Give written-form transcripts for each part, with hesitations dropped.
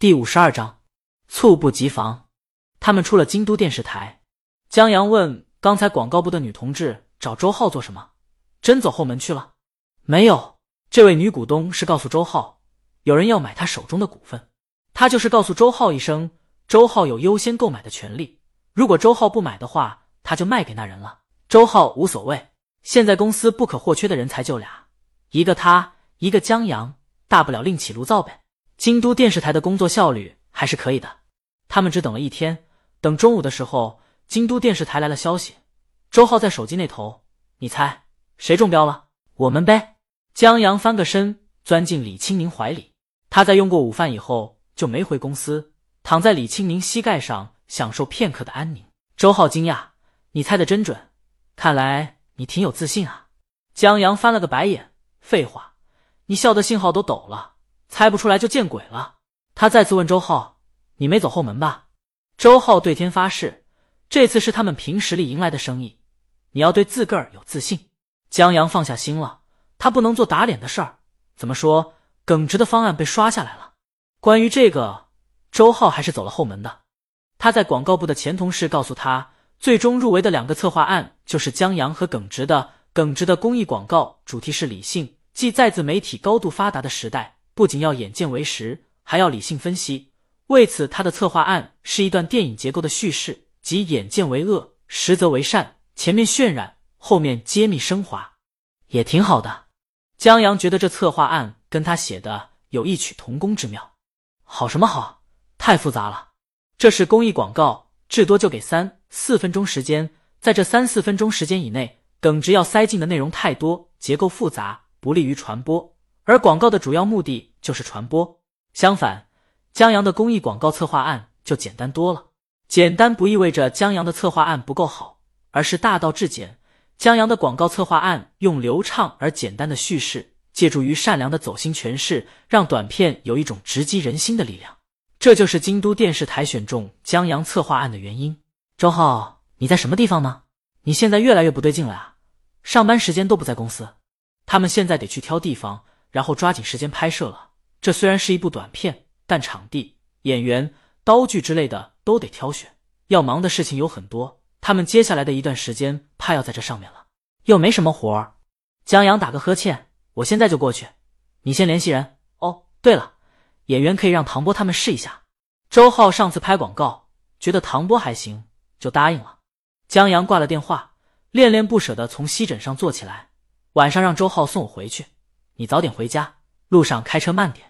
第52章，猝不及防。他们出了京都电视台。江阳问刚才广告部的女同志找周浩做什么？真走后门去了？没有，这位女股东是告诉周浩，有人要买他手中的股份。他就是告诉周浩一声，周浩有优先购买的权利，如果周浩不买的话，他就卖给那人了。周浩无所谓，现在公司不可或缺的人才就俩，一个他，一个江阳，大不了另起炉灶呗。京都电视台的工作效率还是可以的。他们只等了一天，等中午的时候，京都电视台来了消息，周浩在手机那头，你猜谁中标了？我们呗。江阳翻个身钻进李青宁怀里，他在用过午饭以后就没回公司，躺在李青宁膝盖上享受片刻的安宁。周浩惊讶，你猜得真准，看来你挺有自信啊。江阳翻了个白眼，废话，你笑得信号都抖了，猜不出来就见鬼了。他再次问周浩，你没走后门吧？周浩对天发誓，这次是他们凭实力赢来的生意，你要对自个儿有自信。江阳放下心了，他不能做打脸的事儿。怎么说，耿直的方案被刷下来了。关于这个，周浩还是走了后门的。他在广告部的前同事告诉他，最终入围的2个策划案就是江阳和耿直的。耿直的公益广告主题是理性，即在自媒体高度发达的时代，不仅要眼见为实，还要理性分析。为此，他的策划案是一段电影结构的叙事，即眼见为恶，实则为善，前面渲染，后面揭秘升华，也挺好的。江阳觉得这策划案跟他写的有异曲同工之妙。好什么好？太复杂了。这是公益广告，至多就给3-4分钟时间，在这3-4分钟时间以内，耿直要塞进的内容太多，结构复杂，不利于传播，而广告的主要目的就是传播。相反，江阳的公益广告策划案就简单多了。简单不意味着江阳的策划案不够好，而是大道至简。江阳的广告策划案用流畅而简单的叙事，借助于善良的走心诠释，让短片有一种直击人心的力量。这就是京都电视台选中江阳策划案的原因。周浩，你在什么地方呢？你现在越来越不对劲了啊！上班时间都不在公司。他们现在得去挑地方，然后抓紧时间拍摄了。这虽然是一部短片，但场地、演员、道具之类的都得挑选，要忙的事情有很多。他们接下来的一段时间怕要在这上面了。又没什么活儿。江阳打个呵欠，我现在就过去，你先联系人。哦，对了，演员可以让唐波他们试一下。周浩上次拍广告，觉得唐波还行，就答应了。江阳挂了电话，恋恋不舍地从西枕上坐起来，晚上让周浩送我回去，你早点回家，路上开车慢点。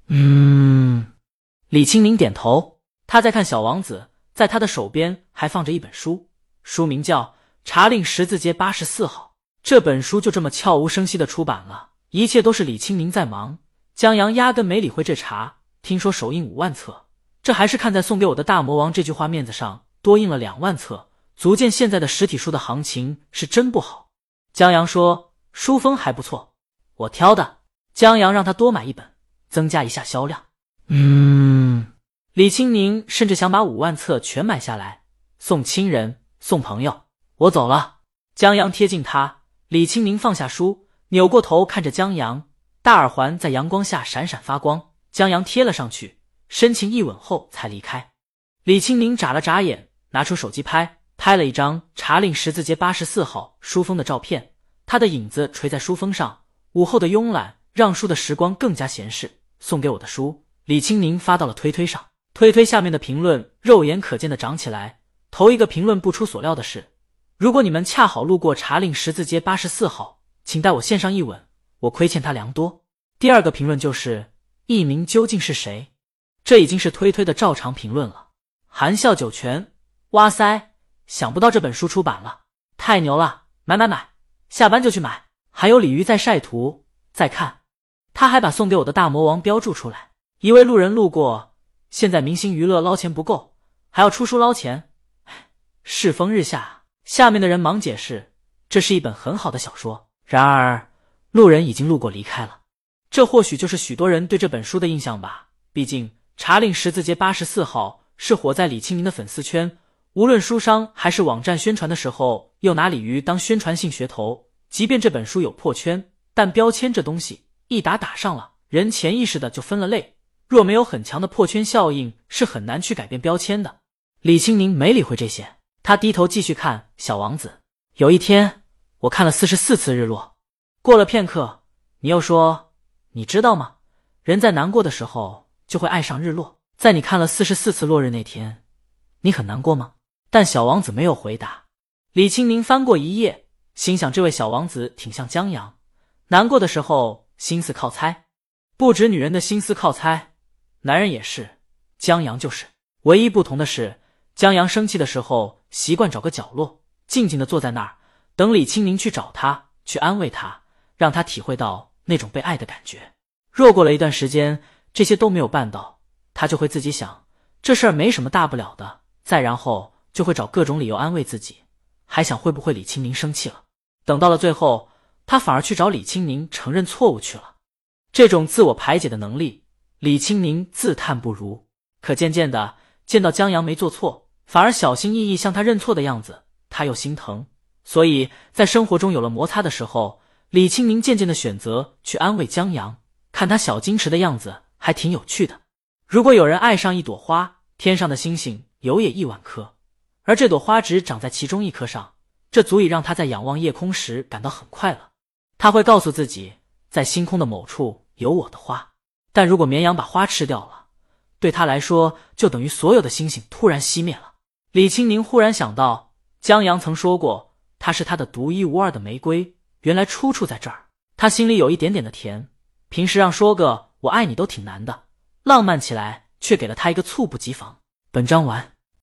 李青宁点头，他在看小王子，在他的手边还放着一本书，书名叫《查令十字街84号》。这本书就这么悄无声息地出版了，一切都是李青宁在忙。江阳压根没理会这茬，听说首印5万册，这还是看在送给我的大魔王这句话面子上，多印了2万册，足见现在的实体书的行情是真不好。江阳说，书风还不错，我挑的。江阳让他多买一本，增加一下销量。李青宁甚至想把5万册全买下来，送亲人，送朋友。我走了。江阳贴近他，李青宁放下书，扭过头看着江阳，大耳环在阳光下闪闪发光。江阳贴了上去，深情一吻后才离开。李青宁眨了眨眼，拿出手机拍了一张查令十字街84号书封的照片，他的影子垂在书封上，午后的慵懒让书的时光更加闲适。送给我的书，李青宁发到了推推上，推推下面的评论肉眼可见的涨起来。头一个评论不出所料的是，如果你们恰好路过查令十字街84号，请代我献上一吻，我亏欠他良多。第二个评论就是艺名究竟是谁？这已经是推推的照常评论了。含笑九泉，哇塞，想不到这本书出版了，太牛了，买，下班就去买。还有鲤鱼在晒图，再看。他还把送给我的大魔王标注出来。一位路人路过，现在明星娱乐捞钱不够，还要出书捞钱，世风日下。下面的人忙解释，这是一本很好的小说。然而路人已经路过离开了。这或许就是许多人对这本书的印象吧，毕竟查令十字街84号是火在李青宁的粉丝圈，无论书商还是网站宣传的时候又拿鲤鱼当宣传性噱头。即便这本书有破圈，但标签这东西一打上了，人潜意识的就分了类。 若没有很强的破圈效应，是很难去改变标签的。李青宁没理会这些，他低头继续看《小王子》。有一天，我看了44次日落。过了片刻，你又说，你知道吗？人在难过的时候就会爱上日落。在你看了44次落日那天，你很难过吗？但小王子没有回答。李青宁翻过一页，心想这位小王子挺像江阳，难过的时候心思靠猜。不止女人的心思靠猜，男人也是，江阳就是。唯一不同的是，江阳生气的时候习惯找个角落，静静地坐在那儿，等李青宁去找他，去安慰他，让他体会到那种被爱的感觉。若过了一段时间，这些都没有办到，他就会自己想，这事儿没什么大不了的，再然后就会找各种理由安慰自己，还想会不会李青宁生气了。等到了最后，他反而去找李青宁承认错误去了。这种自我排解的能力，李青宁自叹不如。可渐渐的，见到江阳没做错，反而小心翼翼向他认错的样子，他又心疼。所以在生活中有了摩擦的时候，李青宁渐渐的选择去安慰江阳，看他小矜持的样子还挺有趣的。如果有人爱上一朵花，天上的星星有也1万颗，而这朵花只长在其中一颗上，这足以让他在仰望夜空时感到很快乐。他会告诉自己，在星空的某处有我的花。但如果绵羊把花吃掉了，对他来说就等于所有的星星突然熄灭了。李青宁忽然想到，江阳曾说过他是他的独一无二的玫瑰，原来出处在这儿。他心里有一点点的甜，平时让说个我爱你都挺难的，浪漫起来却给了他一个猝不及防。本章完。